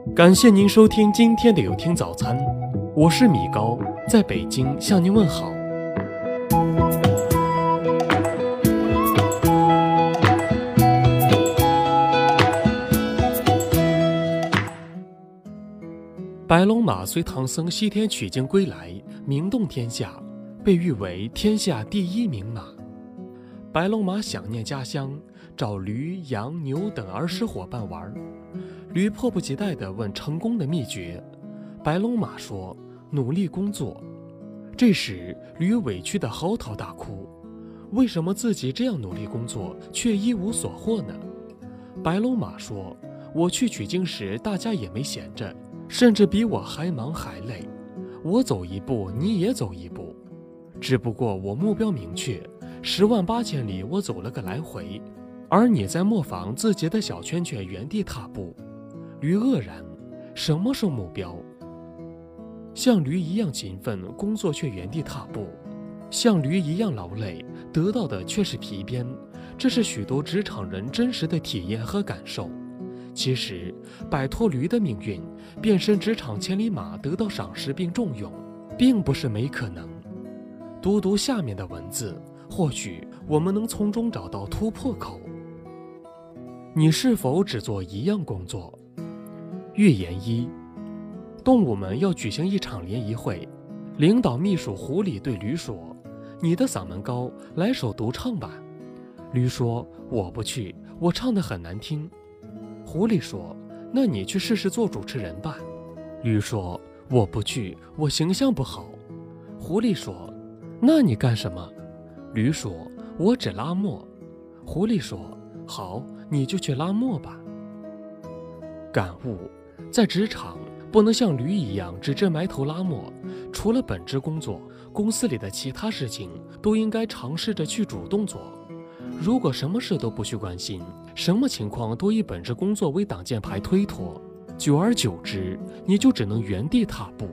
感谢您收听今天的有听早餐，我是米高，在北京向您问好。白龙马随唐僧西天取经归来，名动天下，被誉为天下第一名马。白龙马想念家乡，找驴、羊、牛等儿时伙伴玩。驴迫不及待地问成功的秘诀，白龙马说：努力工作。这时驴委屈地嚎啕大哭，为什么自己这样努力工作却一无所获呢？白龙马说：我去取经时大家也没闲着，甚至比我还忙还累，我走一步你也走一步，只不过我目标明确，10万8千里我走了个来回，而你在磨坊自己的小圈圈原地踏步。驴愕然，什么是目标？像驴一样勤奋工作却原地踏步，像驴一样劳累得到的却是皮鞭，这是许多职场人真实的体验和感受。其实摆脱驴的命运，变身职场千里马得到赏识并重用，并不是没可能。读下面的文字，或许我们能从中找到突破口。你是否只做一样工作？寓言1：动物们要举行一场联谊会，领导秘书狐狸对驴说：你的嗓门高，来首独唱吧。驴说：我不去，我唱得很难听。狐狸说：那你去试试做主持人吧。驴说：我不去，我形象不好。狐狸说：那你干什么？驴说：我只拉磨。狐狸说：好，你就去拉磨吧。感悟：在职场不能像驴一样只埋头拉磨，除了本职工作，公司里的其他事情都应该尝试着去主动做。如果什么事都不去关心，什么情况都以本职工作为挡箭牌推脱，久而久之，你就只能原地踏步。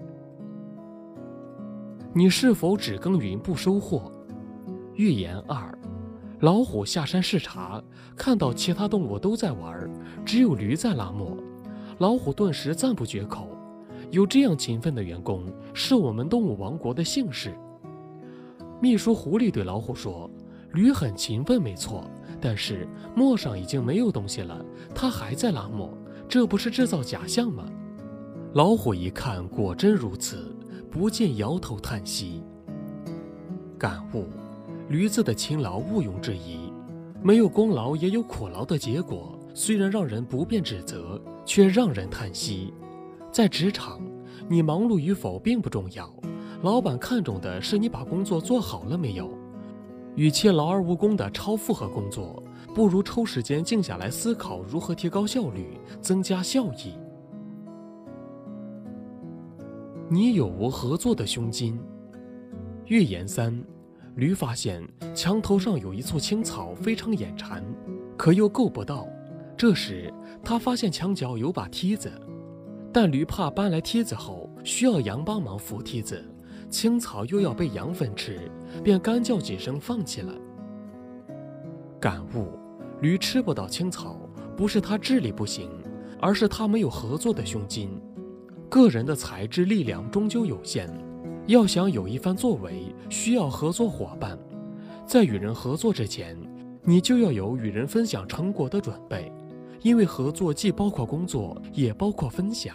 你是否只耕耘不收获？寓言2：老虎下山视察，看到其他动物都在玩，只有驴在拉磨。老虎顿时赞不绝口，有这样勤奋的员工，是我们动物王国的幸事。秘书狐狸对老虎说：驴很勤奋没错，但是磨上已经没有东西了，它还在拉磨，这不是制造假象吗？老虎一看果真如此，不禁摇头叹息。感悟：驴子的勤劳毋庸置疑，没有功劳也有苦劳的结果，虽然让人不便指责，却让人叹息。在职场，你忙碌与否并不重要，老板看重的是你把工作做好了没有。与其劳而无功的超负荷工作，不如抽时间静下来思考如何提高效率，增加效益。你有无合作的胸襟？寓言3：驴发现墙头上有一簇青草，非常眼馋，可又够不到。这时他发现墙角有把梯子，但驴怕搬来梯子后需要羊帮忙扶梯子，青草又要被羊分吃，便干叫几声放弃了。感悟：驴吃不到青草，不是他智力不行，而是他没有合作的胸襟。个人的才智力量终究有限，要想有一番作为，需要合作伙伴。在与人合作之前，你就要有与人分享成果的准备，因为合作既包括工作，也包括分享。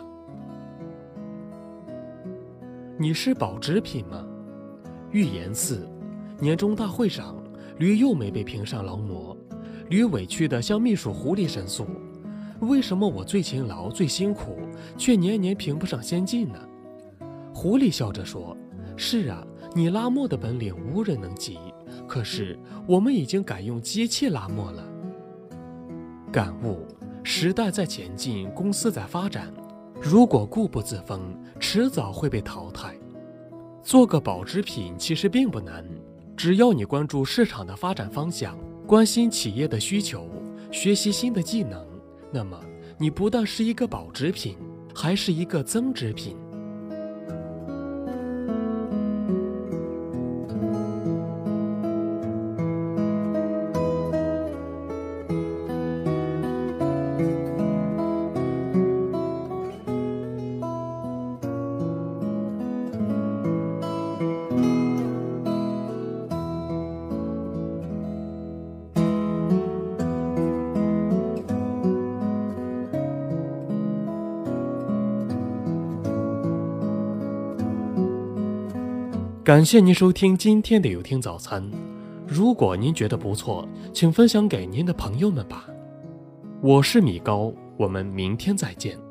你是保值品吗？寓言4：年终大会上，驴又没被评上劳模，驴委屈地向秘书狐狸申诉：为什么我最勤劳最辛苦，却年年评不上先进呢？狐狸笑着说：是啊，你拉磨的本领无人能及，可是我们已经改用机器拉磨了。感悟：时代在前进，公司在发展，如果固步自封，迟早会被淘汰。做个保值品其实并不难，只要你关注市场的发展方向，关心企业的需求，学习新的技能，那么你不但是一个保值品，还是一个增值品。 感谢您收听今天的有听早餐。如果您觉得不错，请分享给您的朋友们吧。我是米高，我们明天再见。